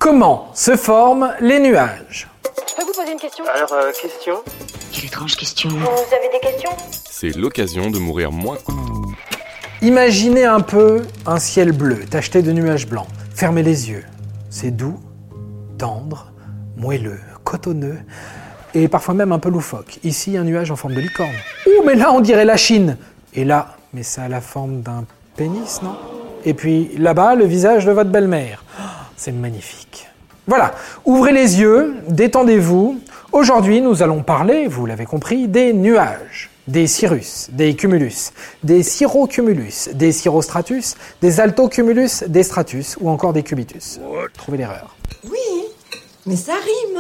Comment se forment les nuages ? Je peux vous poser une question ? Alors, question ? Quelle étrange question. Vous avez des questions ? C'est l'occasion de mourir moins. Imaginez un peu un ciel bleu tacheté de nuages blancs. Fermez les yeux. C'est doux, tendre, moelleux, cotonneux et parfois même un peu loufoque. Ici, un nuage en forme de licorne. Ouh, mais là, on dirait la Chine. Et là, mais ça a la forme d'un pénis, non ? Et puis là-bas, le visage de votre belle-mère. Oh, c'est magnifique. Voilà, ouvrez les yeux, détendez-vous. Aujourd'hui, nous allons parler, vous l'avez compris, des nuages. Des cirrus, des cumulus, des cirrocumulus, des cirrostratus, des altocumulus, des stratus ou encore des cubitus. Trouvez l'erreur. Oui, mais ça rime.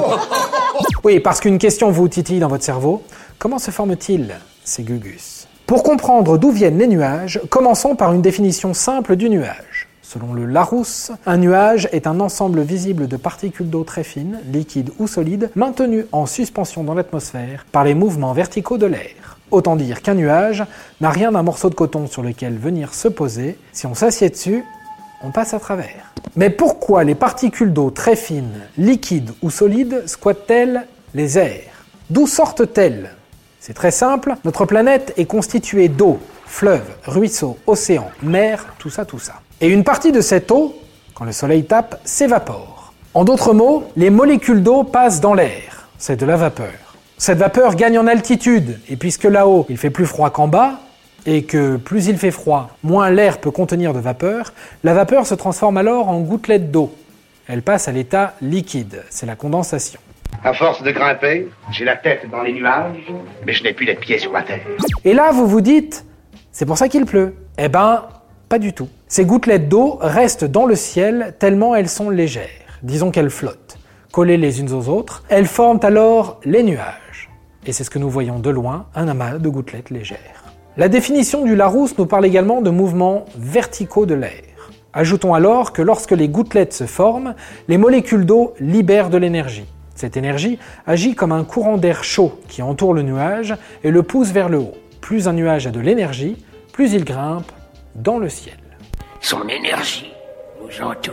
Oui, parce qu'une question vous titille dans votre cerveau. Comment se forment-ils, ces gugus ? Pour comprendre d'où viennent les nuages, commençons par une définition simple du nuage. Selon le Larousse, un nuage est un ensemble visible de particules d'eau très fines, liquides ou solides, maintenues en suspension dans l'atmosphère par les mouvements verticaux de l'air. Autant dire qu'un nuage n'a rien d'un morceau de coton sur lequel venir se poser. Si on s'assied dessus, on passe à travers. Mais pourquoi les particules d'eau très fines, liquides ou solides squattent-elles les airs ? D'où sortent-elles ? C'est très simple, notre planète est constituée d'eau, fleuves, ruisseaux, océans, mers, tout ça. Et une partie de cette eau, quand le soleil tape, s'évapore. En d'autres mots, les molécules d'eau passent dans l'air. C'est de la vapeur. Cette vapeur gagne en altitude, et puisque là-haut, il fait plus froid qu'en bas, et que plus il fait froid, moins l'air peut contenir de vapeur, la vapeur se transforme alors en gouttelettes d'eau. Elle passe à l'état liquide, c'est la condensation. À force de grimper, j'ai la tête dans les nuages, mais je n'ai plus les pieds sur la terre. Et là, vous vous dites, c'est pour ça qu'il pleut. Eh ben, pas du tout. Ces gouttelettes d'eau restent dans le ciel tellement elles sont légères. Disons qu'elles flottent. Collées les unes aux autres, elles forment alors les nuages. Et c'est ce que nous voyons de loin, un amas de gouttelettes légères. La définition du Larousse nous parle également de mouvements verticaux de l'air. Ajoutons alors que lorsque les gouttelettes se forment, les molécules d'eau libèrent de l'énergie. Cette énergie agit comme un courant d'air chaud qui entoure le nuage et le pousse vers le haut. Plus un nuage a de l'énergie, plus il grimpe dans le ciel. Son énergie nous entoure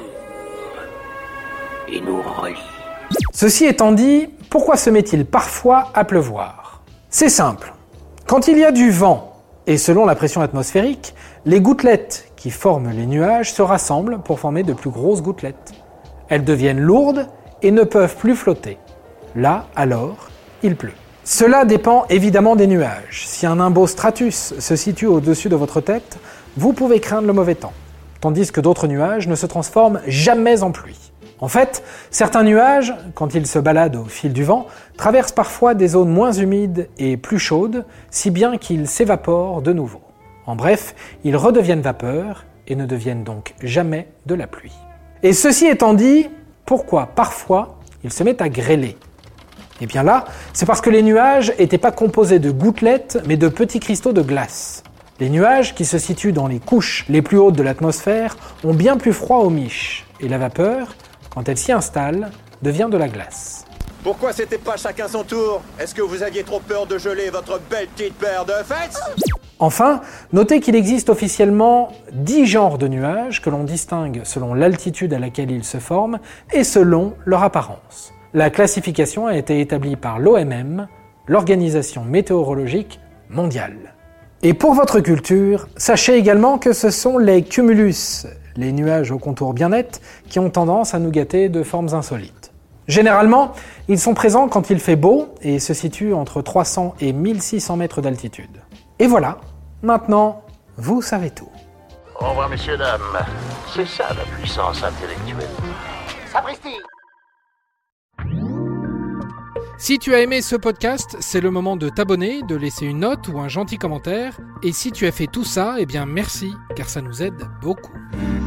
et nous relie. Ceci étant dit, pourquoi se met-il parfois à pleuvoir ? C'est simple. Quand il y a du vent, et selon la pression atmosphérique, les gouttelettes qui forment les nuages se rassemblent pour former de plus grosses gouttelettes. Elles deviennent lourdes et ne peuvent plus flotter. Là, alors, il pleut. Cela dépend évidemment des nuages. Si un nimbo stratus se situe au-dessus de votre tête, vous pouvez craindre le mauvais temps, tandis que d'autres nuages ne se transforment jamais en pluie. En fait, certains nuages, quand ils se baladent au fil du vent, traversent parfois des zones moins humides et plus chaudes, si bien qu'ils s'évaporent de nouveau. En bref, ils redeviennent vapeur et ne deviennent donc jamais de la pluie. Et ceci étant dit, pourquoi parfois ils se mettent à grêler ? Eh bien là, c'est parce que les nuages n'étaient pas composés de gouttelettes, mais de petits cristaux de glace. Les nuages, qui se situent dans les couches les plus hautes de l'atmosphère, ont bien plus froid aux miches, et la vapeur, quand elle s'y installe, devient de la glace. Pourquoi c'était pas chacun son tour ? Est-ce que vous aviez trop peur de geler votre belle petite paire de fesses ? Enfin, notez qu'il existe officiellement 10 genres de nuages que l'on distingue selon l'altitude à laquelle ils se forment et selon leur apparence. La classification a été établie par l'OMM, l'Organisation météorologique mondiale. Et pour votre culture, sachez également que ce sont les cumulus, les nuages au contour bien net, qui ont tendance à nous gâter de formes insolites. Généralement, ils sont présents quand il fait beau et se situent entre 300 et 1600 mètres d'altitude. Et voilà, maintenant, vous savez tout. Au revoir, messieurs, dames. C'est ça la puissance intellectuelle. Sapristi ! Si tu as aimé ce podcast, c'est le moment de t'abonner, de laisser une note ou un gentil commentaire. Et si tu as fait tout ça, eh bien merci, car ça nous aide beaucoup.